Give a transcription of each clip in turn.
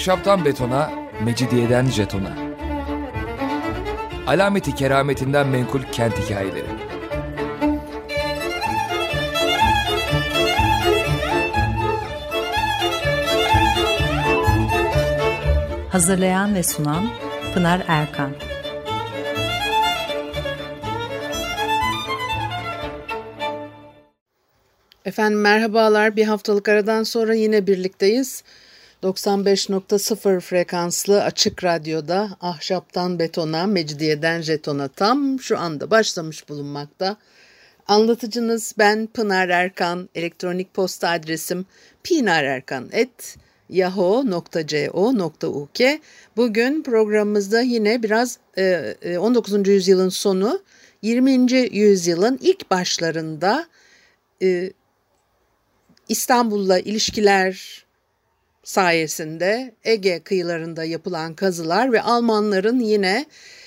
Ahşaptan betona, mecidiyeden jetona. Alameti kerametinden menkul kent hikayeleri. Hazırlayan ve sunan Pınar Erkan. Efendim merhabalar. Bir haftalık aradan sonra yine birlikteyiz. 95.0 frekanslı açık radyoda ahşaptan betona, mecidiyeden jetona tam şu anda başlamış bulunmakta. Anlatıcınız ben Pınar Erkan. Elektronik posta adresim pinarerkan@yahoo.co.uk. Bugün programımızda yine biraz 19. yüzyılın sonu, 20. yüzyılın ilk başlarında İstanbul'la ilişkiler sayesinde Ege kıyılarında yapılan kazılar ve Almanların yine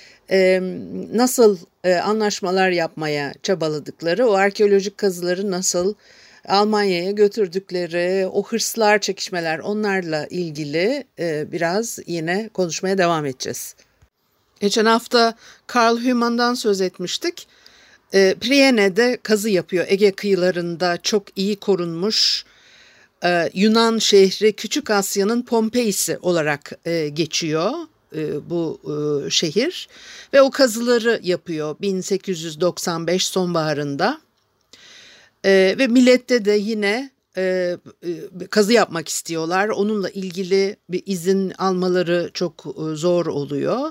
nasıl anlaşmalar yapmaya çabaladıkları, o arkeolojik kazıları nasıl Almanya'ya götürdükleri, o hırslar, çekişmeler, onlarla ilgili biraz yine konuşmaya devam edeceğiz. Geçen hafta Karl Hümann'dan söz etmiştik. Priene'de kazı yapıyor. Ege kıyılarında çok iyi korunmuş Yunan şehri Küçük Asya'nın Pompei'si olarak geçiyor bu şehir. Ve o kazıları yapıyor 1895 sonbaharında. Ve millette de yine kazı yapmak istiyorlar. Onunla ilgili bir izin almaları çok zor oluyor.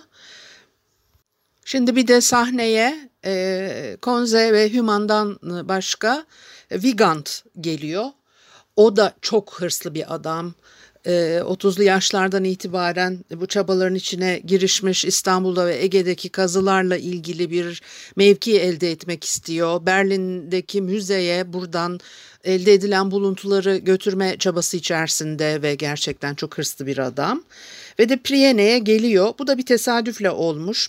Şimdi bir de sahneye Konze ve Hümann'dan başka Vigand geliyor. O da çok hırslı bir adam. 30'lu yaşlardan itibaren bu çabaların içine girişmiş, İstanbul'da ve Ege'deki kazılarla ilgili bir mevki elde etmek istiyor. Berlin'deki müzeye buradan elde edilen buluntuları götürme çabası içerisinde ve gerçekten çok hırslı bir adam. Ve de Priene'ye geliyor. Bu da bir tesadüfle olmuş.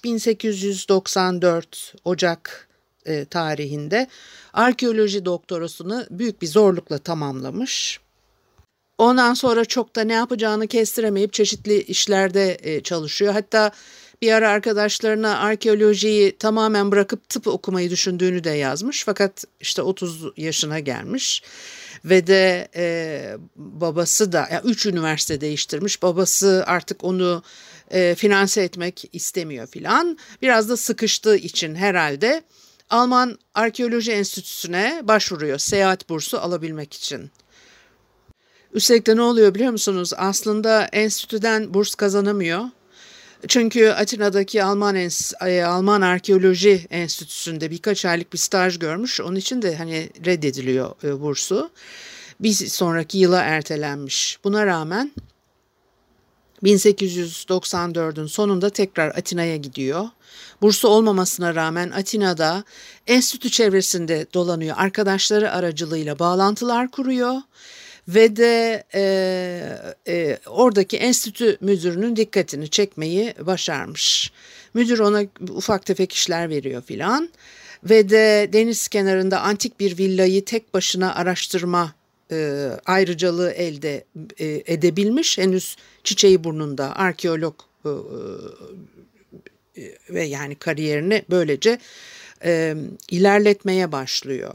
1894 Ocak tarihinde arkeoloji doktorasını büyük bir zorlukla tamamlamış. Ondan sonra çok da ne yapacağını kestiremeyip çeşitli işlerde çalışıyor. Hatta bir ara arkadaşlarına arkeolojiyi tamamen bırakıp tıp okumayı düşündüğünü de yazmış. Fakat işte 30 yaşına gelmiş ve de babası da 3 üniversite değiştirmiş. Babası artık onu finanse etmek istemiyor filan. Biraz da sıkıştığı için herhalde Alman Arkeoloji Enstitüsü'ne başvuruyor seyahat bursu alabilmek için. Üstelik de ne oluyor biliyor musunuz? Aslında enstitüden burs kazanamıyor. Çünkü Atina'daki Alman Arkeoloji Enstitüsü'nde birkaç aylık bir staj görmüş. Onun için de hani reddediliyor bursu. Bir sonraki yıla ertelenmiş. Buna rağmen 1894'ün sonunda tekrar Atina'ya gidiyor. Bursu olmamasına rağmen Atina'da enstitü çevresinde dolanıyor. Arkadaşları aracılığıyla bağlantılar kuruyor. Ve de oradaki enstitü müdürünün dikkatini çekmeyi başarmış. Müdür ona ufak tefek işler veriyor filan. Ve de deniz kenarında antik bir villayı tek başına araştırma ayrıcalığı elde edebilmiş. Henüz çiçeği burnunda arkeolog ve yani kariyerini böylece ilerletmeye başlıyor.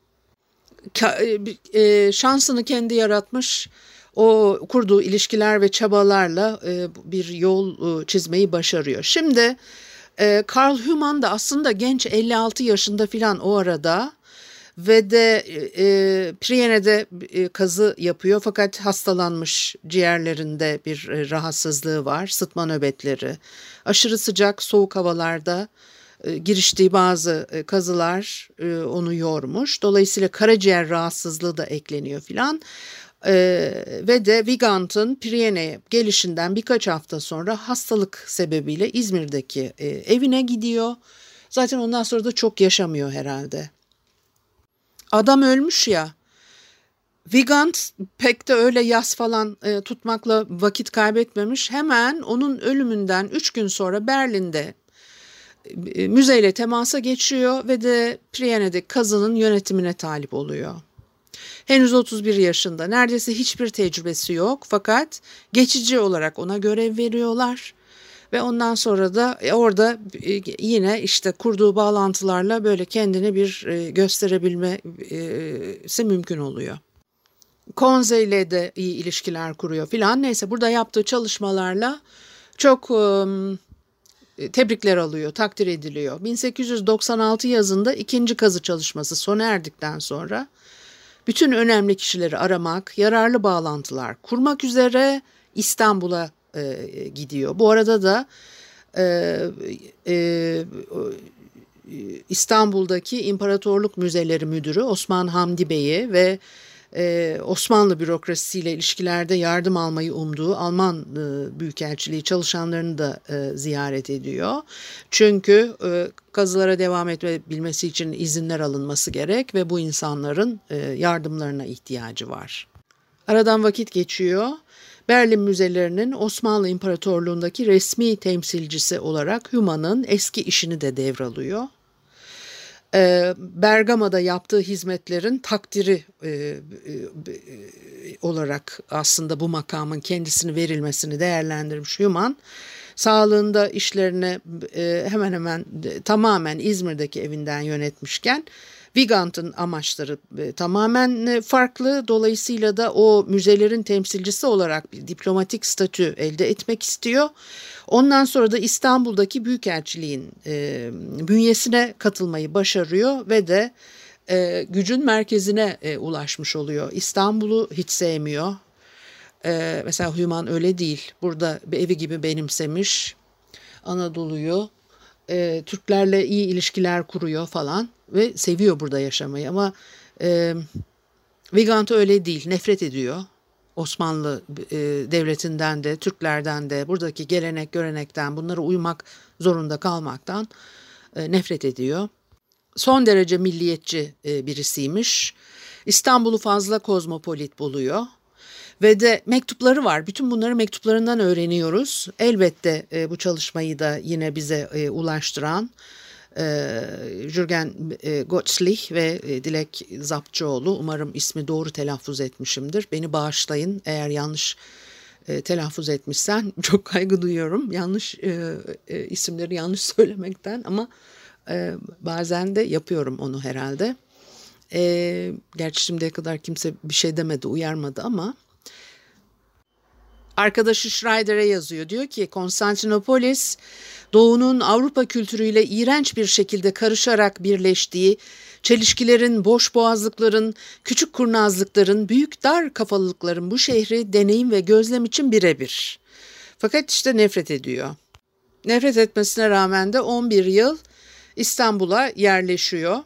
Şansını kendi yaratmış, o kurduğu ilişkiler ve çabalarla bir yol çizmeyi başarıyor. Şimdi Karl Hümann da aslında genç 56 yaşında filan o arada ve de Priene'de kazı yapıyor fakat hastalanmış, ciğerlerinde bir rahatsızlığı var, sıtma nöbetleri, aşırı sıcak soğuk havalarda giriştiği bazı kazılar onu yormuş. Dolayısıyla karaciğer rahatsızlığı da ekleniyor filan. Ve de Vigand'ın Priene'ye gelişinden birkaç hafta sonra hastalık sebebiyle İzmir'deki evine gidiyor. Zaten ondan sonra da çok yaşamıyor herhalde. Adam ölmüş ya. Vigand pek de öyle yas falan tutmakla vakit kaybetmemiş. Hemen onun ölümünden 3 gün sonra Berlin'de müzeyle temasa geçiyor ve de Priene'deki kazının yönetimine talip oluyor. Henüz 31 yaşında, neredeyse hiçbir tecrübesi yok fakat geçici olarak ona görev veriyorlar. Ve ondan sonra da orada yine işte kurduğu bağlantılarla böyle kendini bir gösterebilmesi mümkün oluyor. Konze ile de iyi ilişkiler kuruyor filan. Neyse burada yaptığı çalışmalarla çok tebrikler alıyor, takdir ediliyor. 1896 yazında ikinci kazı çalışması sona erdikten sonra bütün önemli kişileri aramak, yararlı bağlantılar kurmak üzere İstanbul'a gidiyor. Bu arada da İstanbul'daki İmparatorluk Müzeleri Müdürü Osman Hamdi Bey'i ve Osmanlı bürokrasisiyle ilişkilerde yardım almayı umduğu Alman Büyükelçiliği çalışanlarını da ziyaret ediyor. Çünkü kazılara devam edebilmesi için izinler alınması gerek ve bu insanların yardımlarına ihtiyacı var. Aradan vakit geçiyor. Berlin müzelerinin Osmanlı İmparatorluğundaki resmi temsilcisi olarak Huma'nın eski işini de devralıyor. Bergama'da yaptığı hizmetlerin takdiri olarak aslında bu makamın kendisini verilmesini değerlendirmiş Human, sağlığında işlerini hemen hemen tamamen İzmir'deki evinden yönetmişken Wigand'ın amaçları tamamen farklı. Dolayısıyla da o müzelerin temsilcisi olarak bir diplomatik statü elde etmek istiyor. Ondan sonra da İstanbul'daki Büyükelçiliğin bünyesine katılmayı başarıyor ve de gücün merkezine ulaşmış oluyor. İstanbul'u hiç sevmiyor. Mesela Human öyle değil. Burada bir evi gibi benimsemiş Anadolu'yu. Türklerle iyi ilişkiler kuruyor falan ve seviyor burada yaşamayı ama Vigand öyle değil, nefret ediyor. Osmanlı devletinden de, Türklerden de, buradaki gelenek görenekten, bunlara uymak zorunda kalmaktan nefret ediyor. Son derece milliyetçi birisiymiş. İstanbul'u fazla kozmopolit buluyor. Ve de mektupları var. Bütün bunları mektuplarından öğreniyoruz. Elbette bu çalışmayı da yine bize ulaştıran Jürgen Gottslich ve Dilek Zapçıoğlu. Umarım ismi doğru telaffuz etmişimdir. Beni bağışlayın eğer yanlış telaffuz etmişsen. Çok kaygı duyuyorum. İsimleri yanlış söylemekten ama bazen de yapıyorum onu herhalde. Gerçi şimdiye kadar kimse bir şey demedi, uyarmadı ama arkadaşı Schreider'e yazıyor. Diyor ki Konstantinopolis Doğu'nun Avrupa kültürüyle iğrenç bir şekilde karışarak birleştiği, çelişkilerin, boş boğazlıkların, küçük kurnazlıkların, büyük dar kafalılıkların bu şehri deneyim ve gözlem için birebir. Fakat işte nefret ediyor. Nefret etmesine rağmen de 11 yıl İstanbul'a yerleşiyor.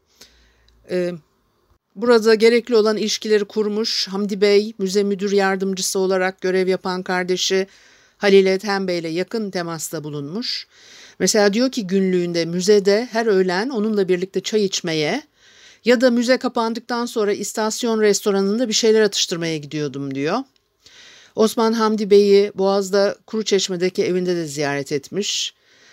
Burada gerekli olan ilişkileri kurmuş. Hamdi Bey, müze müdür yardımcısı olarak görev yapan kardeşi Halil Ethem Bey ile yakın temasta bulunmuş. Mesela diyor ki günlüğünde müzede her öğlen onunla birlikte çay içmeye ya da müze kapandıktan sonra istasyon restoranında bir şeyler atıştırmaya gidiyordum diyor. Osman Hamdi Bey'i Boğaz'da Kuruçeşme'deki evinde de ziyaret etmiş.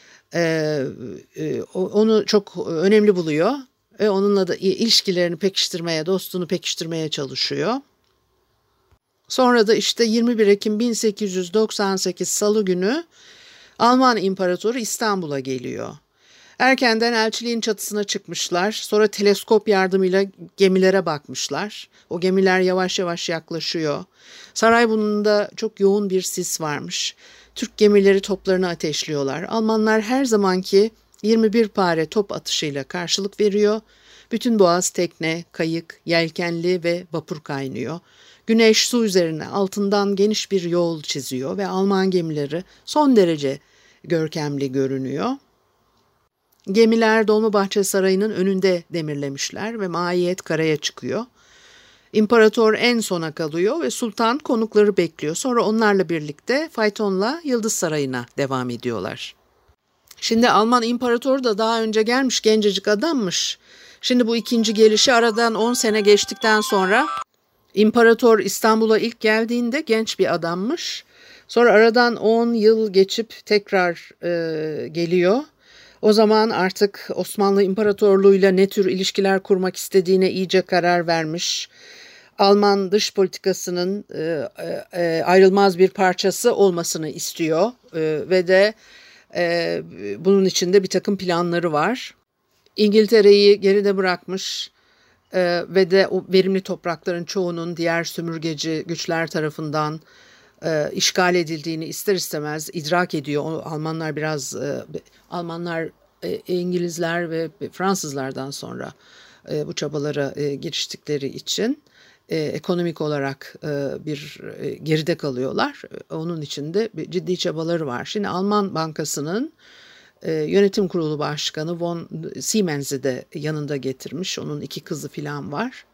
Onu çok önemli buluyor. Ve onunla da ilişkilerini pekiştirmeye, dostluğunu pekiştirmeye çalışıyor. Sonra da işte 21 Ekim 1898 Salı günü Alman İmparatoru İstanbul'a geliyor. Erkenden elçiliğin çatısına çıkmışlar. Sonra teleskop yardımıyla gemilere bakmışlar. O gemiler yavaş yavaş yaklaşıyor. Sarayburnu'nda çok yoğun bir sis varmış. Türk gemileri toplarını ateşliyorlar. Almanlar her zamanki 21 pare top atışıyla karşılık veriyor. Bütün boğaz tekne, kayık, yelkenli ve vapur kaynıyor. Güneş su üzerine altından geniş bir yol çiziyor ve Alman gemileri son derece görkemli görünüyor. Gemiler Dolmabahçe Sarayı'nın önünde demirlemişler ve mahiyet karaya çıkıyor. İmparator en sona kalıyor ve sultan konukları bekliyor. Sonra onlarla birlikte faytonla Yıldız Sarayı'na devam ediyorlar. Şimdi Alman İmparatoru da daha önce gelmiş, gencecik adammış. Şimdi bu ikinci gelişi aradan 10 sene geçtikten sonra İmparator İstanbul'a ilk geldiğinde genç bir adammış. Sonra aradan 10 yıl geçip tekrar geliyor. O zaman artık Osmanlı İmparatorluğu'yla ne tür ilişkiler kurmak istediğine iyice karar vermiş. Alman dış politikasının ayrılmaz bir parçası olmasını istiyor ve de bunun içinde bir takım planları var. İngiltere'yi geride bırakmış ve de o verimli toprakların çoğunun diğer sömürgeci güçler tarafından işgal edildiğini ister istemez idrak ediyor. Almanlar İngilizler ve Fransızlardan sonra bu çabalara giriştikleri için ekonomik olarak bir geride kalıyorlar. Onun için de ciddi çabaları var. Şimdi Alman Bankası'nın yönetim kurulu başkanı von Siemens'i de yanında getirmiş. Onun 2 kızı falan var.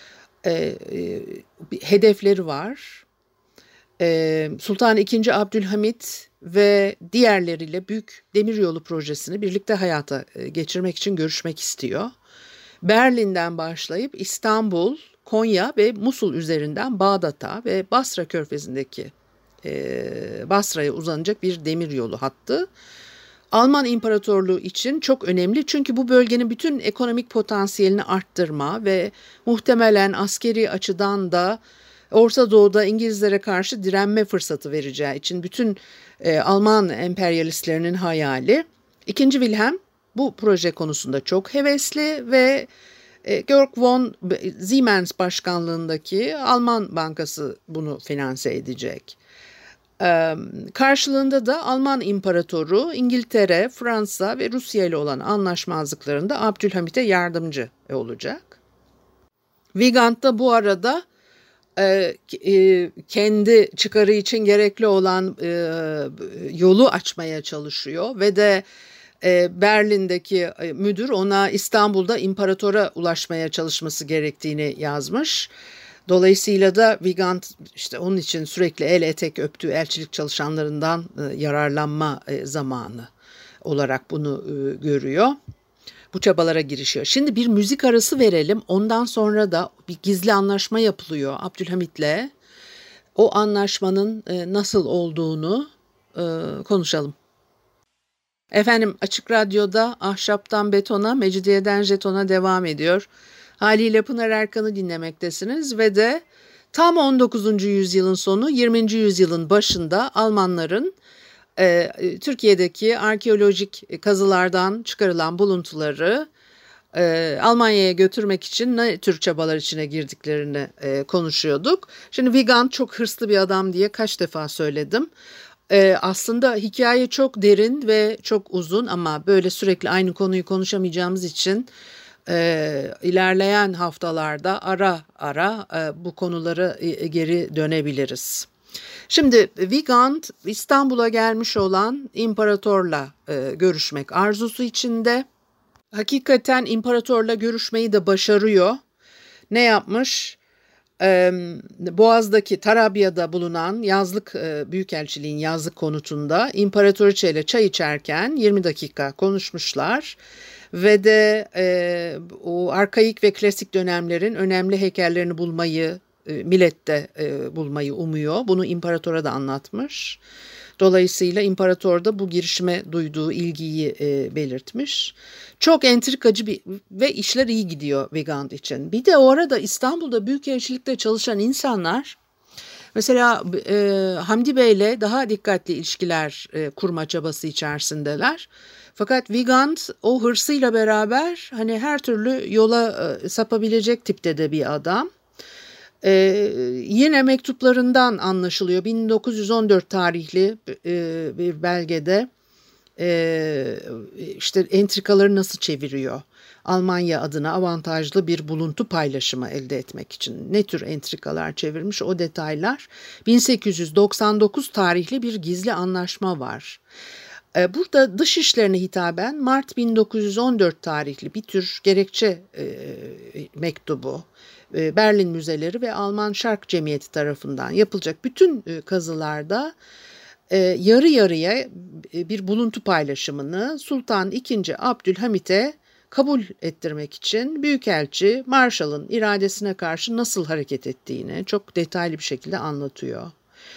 Hedefleri var. Sultan II. Abdülhamit ve diğerleriyle büyük demiryolu projesini birlikte hayata geçirmek için görüşmek istiyor. Berlin'den başlayıp İstanbul, Konya ve Musul üzerinden Bağdat'a ve Basra Körfezi'ndeki Basra'ya uzanacak bir demiryolu hattı. Alman İmparatorluğu için çok önemli çünkü bu bölgenin bütün ekonomik potansiyelini arttırma ve muhtemelen askeri açıdan da Orta Doğu'da İngilizlere karşı direnme fırsatı vereceği için bütün Alman emperyalistlerinin hayali. İkinci Wilhelm bu proje konusunda çok hevesli ve Georg von Siemens başkanlığındaki Alman Bankası bunu finanse edecek. Karşılığında da Alman İmparatoru İngiltere, Fransa ve Rusya ile olan anlaşmazlıklarında Abdülhamit'e yardımcı olacak. Wiegand da bu arada kendi çıkarı için gerekli olan yolu açmaya çalışıyor ve de Berlin'deki müdür ona İstanbul'da imparatora ulaşmaya çalışması gerektiğini yazmış. Dolayısıyla da Wiegand işte onun için sürekli el etek öptüğü elçilik çalışanlarından yararlanma zamanı olarak bunu görüyor. Bu çabalara girişiyor. Şimdi bir müzik arası verelim. Ondan sonra da bir gizli anlaşma yapılıyor Abdülhamit'le. O anlaşmanın nasıl olduğunu konuşalım. Efendim Açık Radyo'da Ahşaptan Betona, Mecidiyeden Jeton'a devam ediyor. Haliyle Pınar Erkan'ı dinlemektesiniz ve de tam 19. yüzyılın sonu 20. yüzyılın başında Almanların Türkiye'deki arkeolojik kazılardan çıkarılan buluntuları Almanya'ya götürmek için ne tür çabalar içine girdiklerini konuşuyorduk. Şimdi Wiegand çok hırslı bir adam diye kaç defa söyledim. Aslında hikaye çok derin ve çok uzun ama böyle sürekli aynı konuyu konuşamayacağımız için ilerleyen haftalarda ara ara bu konulara geri dönebiliriz. Şimdi Wiegand İstanbul'a gelmiş olan imparatorla görüşmek arzusu içinde. Hakikaten imparatorla görüşmeyi de başarıyor. Ne yapmış? Boğaz'daki Tarabya'da bulunan yazlık büyükelçiliğin yazlık konutunda imparatoriçe ile çay içerken 20 dakika konuşmuşlar. Ve de o arkaik ve klasik dönemlerin önemli heykellerini bulmayı, Millet'te bulmayı umuyor. Bunu imparatora da anlatmış. Dolayısıyla imparator da bu girişime duyduğu ilgiyi belirtmiş. Çok entrikacı ve işler iyi gidiyor Wiegand için. Bir de o arada İstanbul'da büyükelçilikte çalışan insanlar mesela Hamdi Bey'le daha dikkatli ilişkiler kurma çabası içerisindeler. Fakat Wiegand o hırsıyla beraber hani her türlü yola sapabilecek tipte de bir adam. Yine mektuplarından anlaşılıyor. 1914 tarihli bir belgede işte entrikaları nasıl çeviriyor? Almanya adına avantajlı bir buluntu paylaşımı elde etmek için ne tür entrikalar çevirmiş o detaylar. 1899 tarihli bir gizli anlaşma var. Burada dış işlerine hitaben Mart 1914 tarihli bir tür gerekçe mektubu Berlin Müzeleri ve Alman Şark Cemiyeti tarafından yapılacak bütün kazılarda yarı yarıya bir buluntu paylaşımını Sultan II. Abdülhamit'e kabul ettirmek için Büyükelçi Marshall'ın iradesine karşı nasıl hareket ettiğini çok detaylı bir şekilde anlatıyor.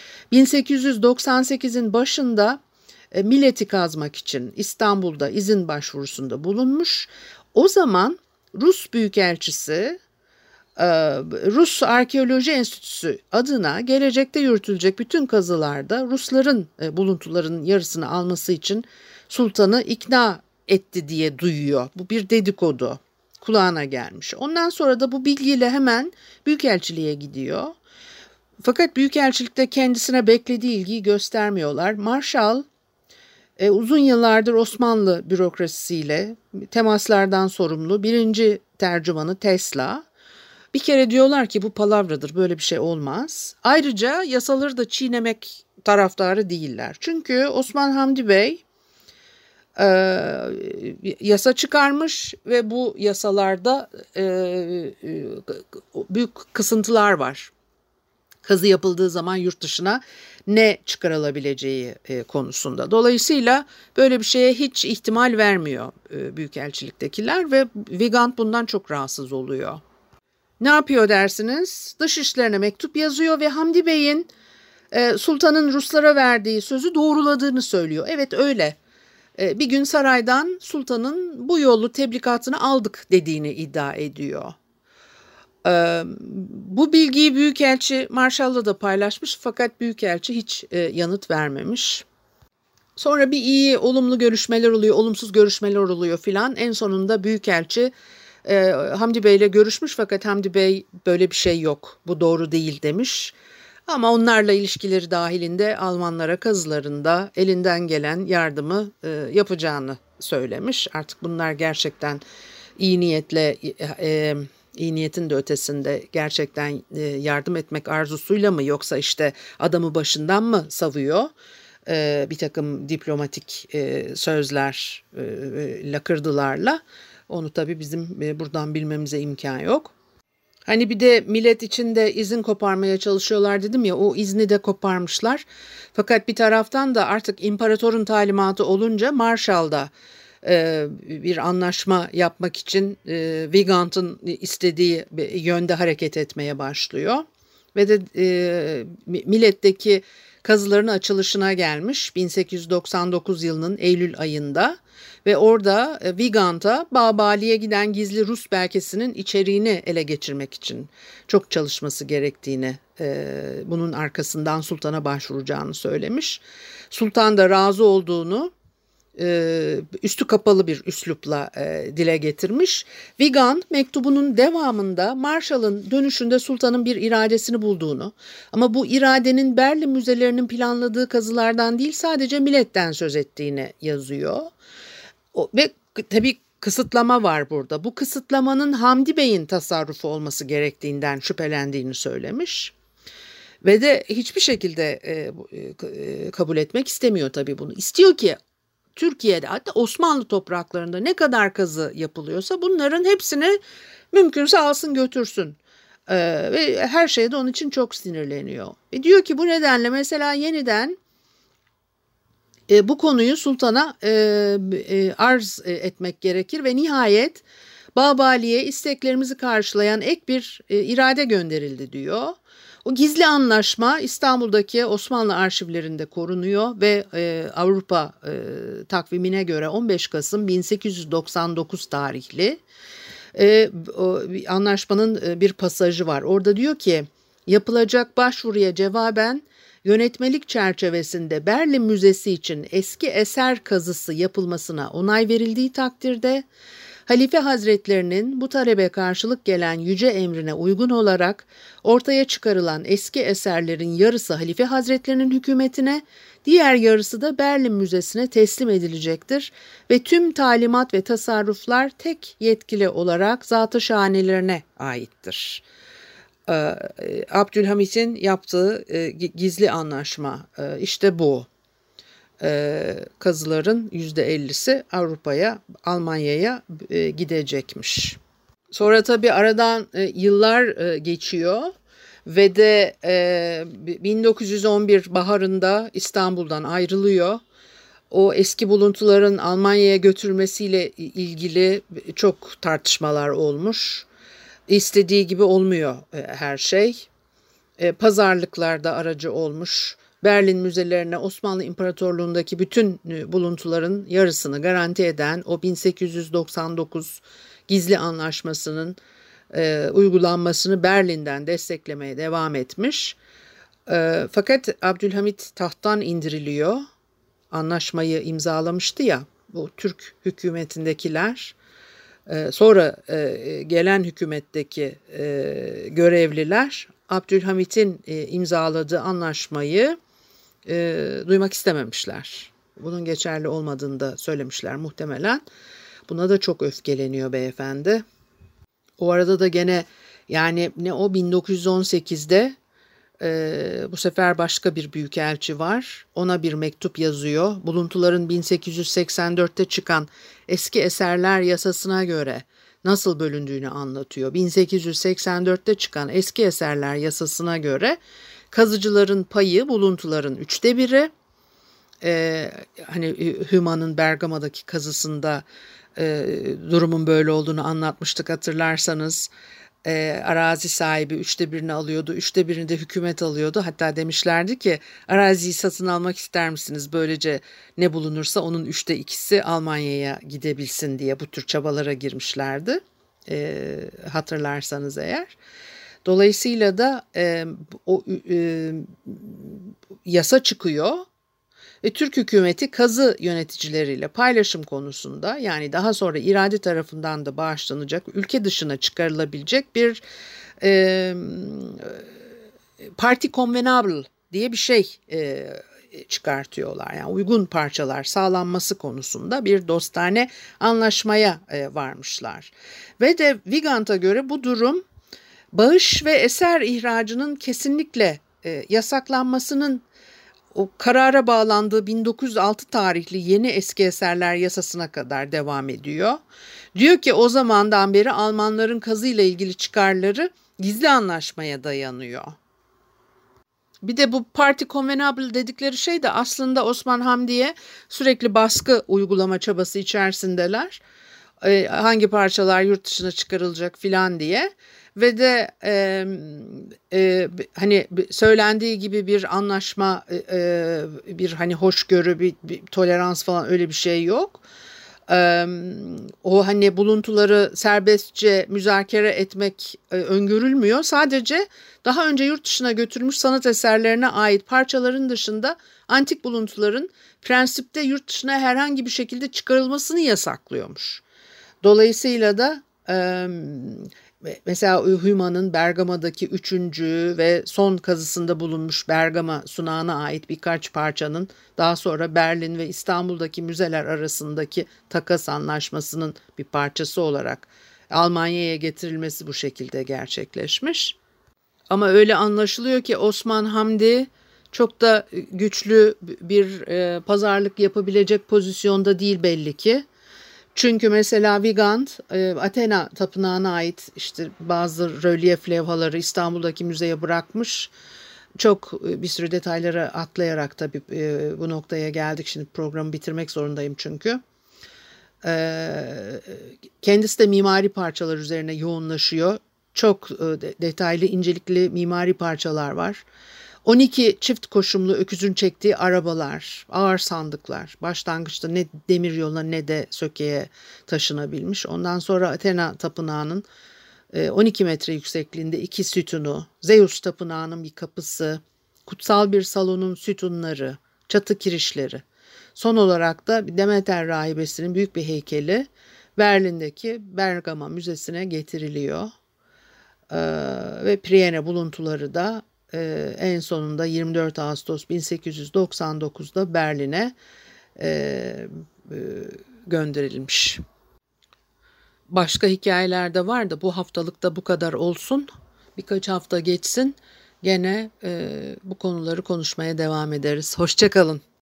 1898'in başında Millet'i kazmak için İstanbul'da izin başvurusunda bulunmuş. O zaman Rus Büyükelçisi Rus Arkeoloji Enstitüsü adına gelecekte yürütülecek bütün kazılarda Rusların buluntuların yarısını alması için sultanı ikna etti diye duyuyor. Bu bir dedikodu, kulağına gelmiş. Ondan sonra da bu bilgiyle hemen Büyükelçiliğe gidiyor. Fakat Büyükelçilikte kendisine beklediği ilgiyi göstermiyorlar. Marshal uzun yıllardır Osmanlı bürokrasisiyle temaslardan sorumlu birinci tercümanı Tesla. Bir kere diyorlar ki bu palavradır, böyle bir şey olmaz. Ayrıca yasaları da çiğnemek taraftarı değiller. Çünkü Osman Hamdi Bey yasa çıkarmış ve bu yasalarda büyük kısıntılar var. Kazı yapıldığı zaman yurt dışına ne çıkarılabileceği konusunda. Dolayısıyla böyle bir şeye hiç ihtimal vermiyor büyükelçiliktekiler ve Vigand bundan çok rahatsız oluyor. Ne yapıyor dersiniz? Dışişlerine mektup yazıyor ve Hamdi Bey'in sultanın Ruslara verdiği sözü doğruladığını söylüyor. Evet öyle. Bir gün saraydan sultanın bu yolu tebligatını aldık dediğini iddia ediyor. Bu bilgiyi Büyükelçi Marshall'la da paylaşmış fakat Büyükelçi hiç yanıt vermemiş. Sonra bir iyi, olumlu görüşmeler oluyor, olumsuz görüşmeler oluyor filan. En sonunda Büyükelçi Hamdi Bey ile görüşmüş fakat Hamdi Bey böyle bir şey yok, bu doğru değil demiş. Ama onlarla ilişkileri dahilinde Almanlara kazılarında elinden gelen yardımı yapacağını söylemiş. Artık bunlar gerçekten iyi niyetle, iyi niyetin de ötesinde gerçekten yardım etmek arzusuyla mı yoksa işte adamı başından mı savuyor? Bir takım diplomatik sözler, lakırdılarla. Onu tabii bizim buradan bilmemize imkan yok. Hani bir de millet içinde izin koparmaya çalışıyorlar dedim ya, o izni de koparmışlar. Fakat bir taraftan da artık imparatorun talimatı olunca Marshal da bir anlaşma yapmak için Vigand'ın istediği yönde hareket etmeye başlıyor. Ve de milletteki kazıların açılışına gelmiş 1899 yılının Eylül ayında ve orada Vigand'a Babali'ye giden gizli Rus belgesinin içeriğini ele geçirmek için çok çalışması gerektiğini, bunun arkasından sultana başvuracağını söylemiş. Sultan da razı olduğunu üstü kapalı bir üslupla dile getirmiş. Vigand mektubunun devamında Marshall'ın dönüşünde sultanın bir iradesini bulduğunu ama bu iradenin Berlin müzelerinin planladığı kazılardan değil sadece milletten söz ettiğini yazıyor. Ve tabii kısıtlama var burada. Bu kısıtlamanın Hamdi Bey'in tasarrufu olması gerektiğinden şüphelendiğini söylemiş. Ve de hiçbir şekilde kabul etmek istemiyor tabii bunu. İstiyor ki Türkiye'de hatta Osmanlı topraklarında ne kadar kazı yapılıyorsa bunların hepsini mümkünse alsın götürsün. Ve her şeyde onun için çok sinirleniyor. Ve diyor ki bu nedenle mesela yeniden bu konuyu sultana arz etmek gerekir ve nihayet Babali'ye isteklerimizi karşılayan ek bir irade gönderildi diyor. O gizli anlaşma İstanbul'daki Osmanlı arşivlerinde korunuyor ve Avrupa takvimine göre 15 Kasım 1899 tarihli anlaşmanın bir pasajı var. Orada diyor ki yapılacak başvuruya cevaben yönetmelik çerçevesinde Berlin Müzesi için eski eser kazısı yapılmasına onay verildiği takdirde Halife Hazretlerinin bu talebe karşılık gelen yüce emrine uygun olarak ortaya çıkarılan eski eserlerin yarısı Halife Hazretlerinin hükümetine, diğer yarısı da Berlin Müzesi'ne teslim edilecektir ve tüm talimat ve tasarruflar tek yetkili olarak zat-ı şahanelerine aittir. Abdülhamit'in yaptığı gizli anlaşma işte bu. Kazıların %50'si Avrupa'ya, Almanya'ya gidecekmiş. Sonra tabii aradan yıllar geçiyor ve de 1911 baharında İstanbul'dan ayrılıyor. O eski buluntuların Almanya'ya götürmesiyle ilgili çok tartışmalar olmuş. İstediği gibi olmuyor her şey. Pazarlıklarda aracı olmuş. Berlin müzelerine Osmanlı İmparatorluğu'ndaki bütün buluntuların yarısını garanti eden o 1899 gizli anlaşmasının uygulanmasını Berlin'den desteklemeye devam etmiş. Fakat Abdülhamit tahttan indiriliyor. Anlaşmayı imzalamıştı ya bu Türk hükümetindekiler. Sonra gelen hükümetteki görevliler Abdülhamit'in imzaladığı anlaşmayı duymak istememişler. Bunun geçerli olmadığını da söylemişler muhtemelen. Buna da çok öfkeleniyor beyefendi. O arada da gene yani ne o 1918'de bu sefer başka bir büyükelçi var. Ona bir mektup yazıyor. Buluntuların 1884'te çıkan eski eserler yasasına göre nasıl bölündüğünü anlatıyor. 1884'te çıkan eski eserler yasasına göre kazıcıların payı buluntuların 1/3. Hani Hüma'nın Bergama'daki kazısında durumun böyle olduğunu anlatmıştık hatırlarsanız. Arazi sahibi 1/3 alıyordu, 1/3 de hükümet alıyordu. Hatta demişlerdi ki araziyi satın almak ister misiniz? Böylece ne bulunursa onun 2/3'ü Almanya'ya gidebilsin diye bu tür çabalara girmişlerdi. Hatırlarsanız eğer. Dolayısıyla da o yasa çıkıyor. Ve Türk hükümeti kazı yöneticileriyle paylaşım konusunda yani daha sonra irade tarafından da bağışlanacak, ülke dışına çıkarılabilecek bir parti convenable diye bir şey çıkartıyorlar. Yani uygun parçalar sağlanması konusunda bir dostane anlaşmaya varmışlar. Ve de Wigand'a göre bu durum bağış ve eser ihracının kesinlikle yasaklanmasının o karara bağlandığı 1906 tarihli yeni eski eserler yasasına kadar devam ediyor. Diyor ki o zamandan beri Almanların kazıyla ilgili çıkarları gizli anlaşmaya dayanıyor. Bir de bu parti convenable dedikleri şey de aslında Osman Hamdi'ye sürekli baskı uygulama çabası içerisindeler. Hangi parçalar yurt dışına çıkarılacak filan diye. Ve de hani söylendiği gibi bir anlaşma, bir hani hoşgörü, bir tolerans falan öyle bir şey yok. O hani buluntuları serbestçe müzakere etmek öngörülmüyor. Sadece daha önce yurt dışına götürülmüş sanat eserlerine ait parçaların dışında antik buluntuların prensipte yurt dışına herhangi bir şekilde çıkarılmasını yasaklıyormuş. Dolayısıyla da mesela Hüma'nın Bergama'daki 3. ve son kazısında bulunmuş Bergama sunağına ait birkaç parçanın daha sonra Berlin ve İstanbul'daki müzeler arasındaki takas anlaşmasının bir parçası olarak Almanya'ya getirilmesi bu şekilde gerçekleşmiş. Ama öyle anlaşılıyor ki Osman Hamdi çok da güçlü bir pazarlık yapabilecek pozisyonda değil belli ki. Çünkü mesela Wigand, Athena Tapınağı'na ait işte bazı rölyef levhaları İstanbul'daki müzeye bırakmış. Çok bir sürü detayları atlayarak tabii bu noktaya geldik. Şimdi programı bitirmek zorundayım çünkü. Kendisi de mimari parçalar üzerine yoğunlaşıyor. Çok detaylı, incelikli mimari parçalar var. 12 çift koşumlu öküzün çektiği arabalar, ağır sandıklar, başlangıçta ne demir yoluna ne de sökeye taşınabilmiş. Ondan sonra Athena Tapınağı'nın 12 metre yüksekliğinde 2 sütunu, Zeus Tapınağı'nın bir kapısı, kutsal bir salonun sütunları, çatı kirişleri. Son olarak da Demeter rahibesinin büyük bir heykeli Berlin'deki Bergama Müzesi'ne getiriliyor. Ve Priene buluntuları da en sonunda 24 Ağustos 1899'da Berlin'e gönderilmiş. Başka hikayeler de var da bu haftalıkta bu kadar olsun. Birkaç hafta geçsin gene bu konuları konuşmaya devam ederiz. Hoşça kalın.